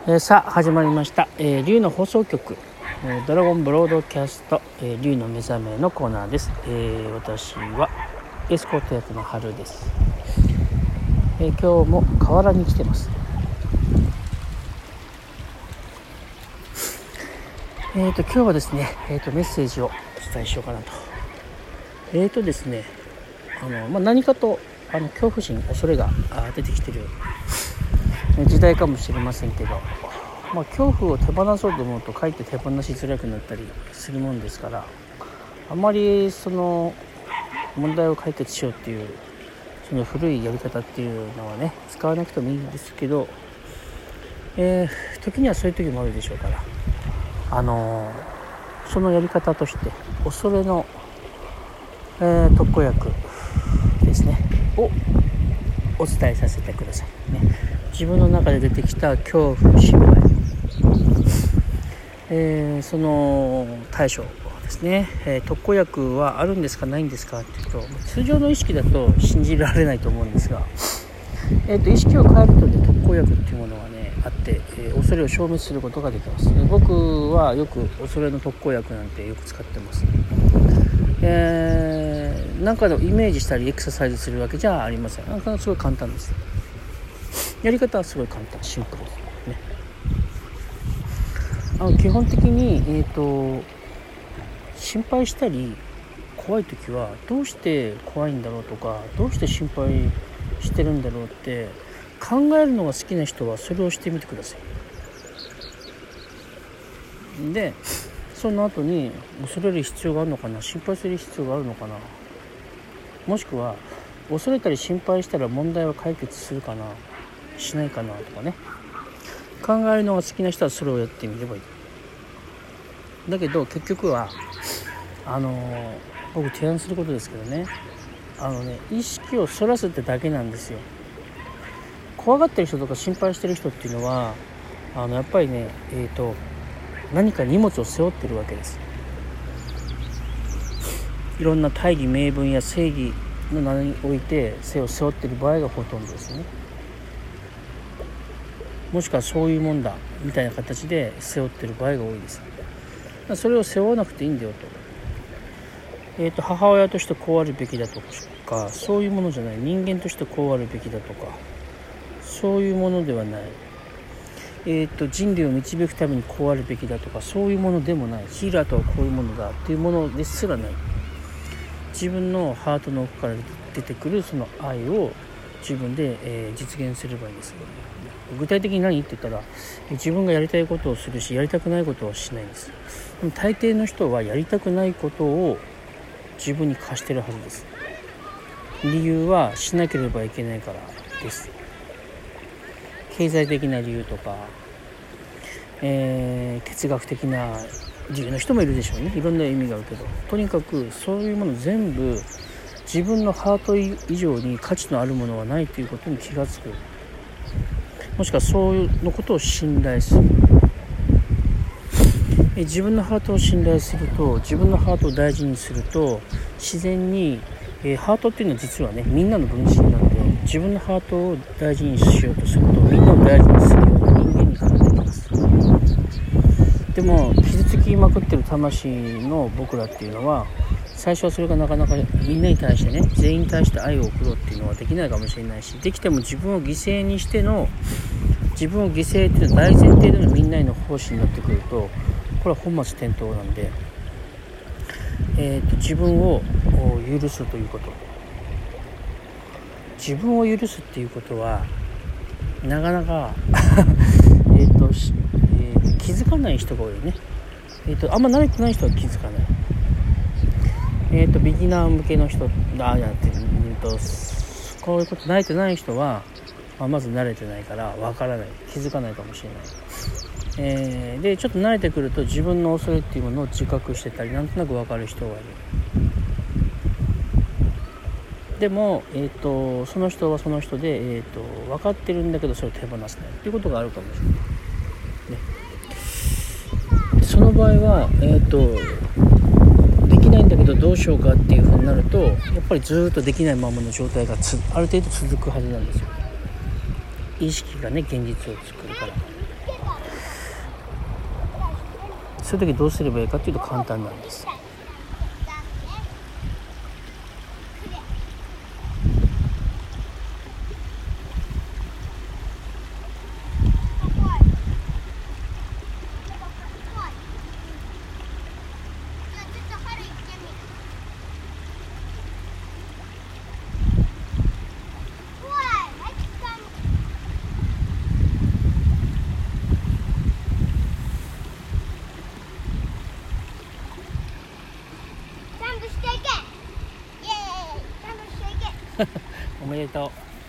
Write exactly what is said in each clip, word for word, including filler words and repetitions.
えー、さあ始まりました、えー、竜の放送局、えー、ドラゴンブロードキャスト、えー、竜の目覚めのコーナーです。えー、私はエスコート役の春です。えー、今日も河原に来てます。えーと今日はですね、えーとメッセージをお伝えしようかなと。えーとですねあの、まあ、何かとあの恐怖心恐れが出てきている時代かもしれませんけど、まあ、恐怖を手放そうと思うとかえって手放しづらくなったりするもんですから、あまりその問題を解決しようっていうその古いやり方っていうのはね使わなくてもいいんですけど、えー、時にはそういう時もあるでしょうから、あのー、そのやり方として恐れの、えー、特効薬ですねをお伝えさせてくださいね。自分の中で出てきた恐怖心配、えー、その対処ですね、えー、特効薬はあるんですかないんですかっていうと、通常の意識だと信じられないと思うんですが、えー、と意識を変えるとね特効薬っていうものがねあって、えー、恐れを消滅することができます。僕はよく恐れの特効薬なんてよく使ってます。えー、なんかのイメージしたりエクササイズするわけじゃありません。なんかすごい簡単です。やり方はすごい簡単、シンプルですね。あの基本的に、えーと、心配したり怖い時はどうして怖いんだろうとか、どうして心配してるんだろうって考えるのが好きな人はそれをしてみてください。で、その後に恐れる必要があるのかな、心配する必要があるのかな、もしくは恐れたり心配したら問題は解決するかなしないかなとかね、考えるのが好きな人はそれをやってみればいい。だけど結局はあのー、僕提案することですけどね、あのね意識をそらすってだけなんですよ。怖がってる人とか心配してる人っていうのはあのやっぱりね、えーと何か荷物を背負ってるわけです。いろんな大義名分や正義の名において背を背負ってる場合がほとんどですね。もしくはそういうもんだみたいな形で背負ってる場合が多いです。それを背負わなくていいんだよと、えーと母親としてこうあるべきだとか、そういうものじゃない。人間としてこうあるべきだとか、そういうものではない。えーと人類を導くためにこうあるべきだとか、そういうものでもない。ヒーラーとはこういうものだっていうものですらない。自分のハートの奥から出てくるその愛を自分で、えー、実現すればいいんです。具体的に何って言ったら、自分がやりたいことをするし、やりたくないことはしないんです。でも大抵の人はやりたくないことを自分に課してるはずです。理由はしなければいけないからです。経済的な理由とか、えー、哲学的な理由の人もいるでしょうね。いろんな意味があるけど、とにかくそういうもの全部自分のハート以上に価値のあるものはないということに気がつく。もしくはそういうのことを信頼する。え自分のハートを信頼すると、自分のハートを大事にすると、自然に、えー、ハートっていうのは実はねみんなの分身なので、自分のハートを大事にしようとするとみんなを大事にするような人間に変わってきます。でも傷つきまくってる魂の僕らっていうのは、最初はそれがなかなかみんなに対してね、全員に対して愛を送ろうっていうのはできないかもしれないし、できても自分を犠牲にしての自分を犠牲っていうのは大前提でのみんなへの奉仕になってくると、これは本末転倒なんで、えーと、自分を許すということ、自分を許すっていうことはなかなかえと、えー、気づかない人が多いね。えーと、あんま慣れてない人は気づかない。えーと、ビギナー向けの人だやって、うんと、こういうこと慣れてない人は、まあ、まず慣れてないからわからない、気づかないかもしれない。えー、でちょっと慣れてくると自分の恐れっていうものを自覚してたり、なんとなく分かる人がいる。でも、えーと、その人はその人で、えーと、分かってるんだけどそれを手放せないっていうことがあるかもしれない、ね、その場合は、えーと、できないんだけどどうしようかっていうふうになると、やっぱりずっとできないままの状態がつある程度続くはずなんですよ。意識がね現実を作るから。 そういう時どうすればいいかというと簡単なんです。おめでとう。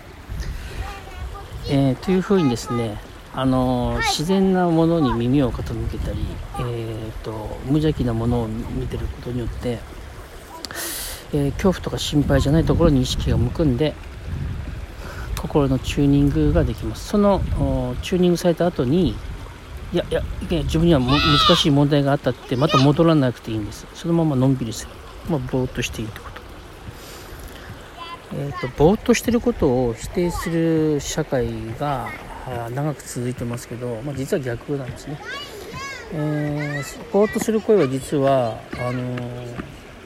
えー、というふうにですね、あのー、自然なものに耳を傾けたり、えー、と無邪気なものを見てることによって、えー、恐怖とか心配じゃないところに意識が向くんで、心のチューニングができます。そのチューニングされた後に、いやいや自分にはも難しい問題があったってまた戻らなくていいんです。そのままのんびりする、まあ、ぼーっとしていいってこと。えーと、ぼーっとしてることを否定する社会が長く続いてますけど、まあ、実は逆なんですね。えー、ぼーっとする声は実はあのー、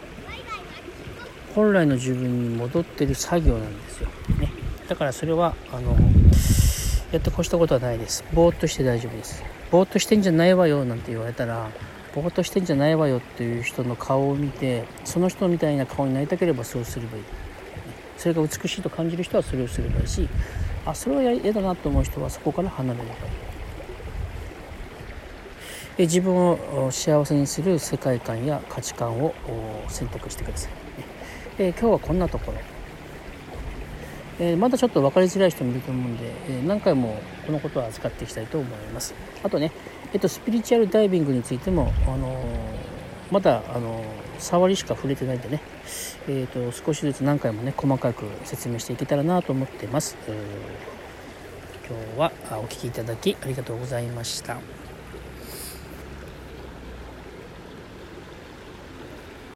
本来の自分に戻ってる作業なんですよ、ね、だからそれはあのやって越したことはないです。ぼーっとして大丈夫です。ぼーっとしてんじゃないわよなんて言われたら、ぼーっとしてんじゃないわよっていう人の顔を見て、その人みたいな顔になりたければそうすればいい。それが美しいと感じる人はそれをすればいいし、あそれは嫌だなと思う人はそこから離れればいい。え自分を幸せにする世界観や価値観を選択してください。え今日はこんなところ、えー、まだちょっと分かりづらい人もいると思うんで、えー、何回もこのことは扱っていきたいと思います。あとね、えっと、スピリチュアルダイビングについても、あのー、まだ、あのー、触りしか触れてないんでね、えー、と少しずつ何回もね細かく説明していけたらなと思っています。えー、今日はお聞きいただきありがとうございました。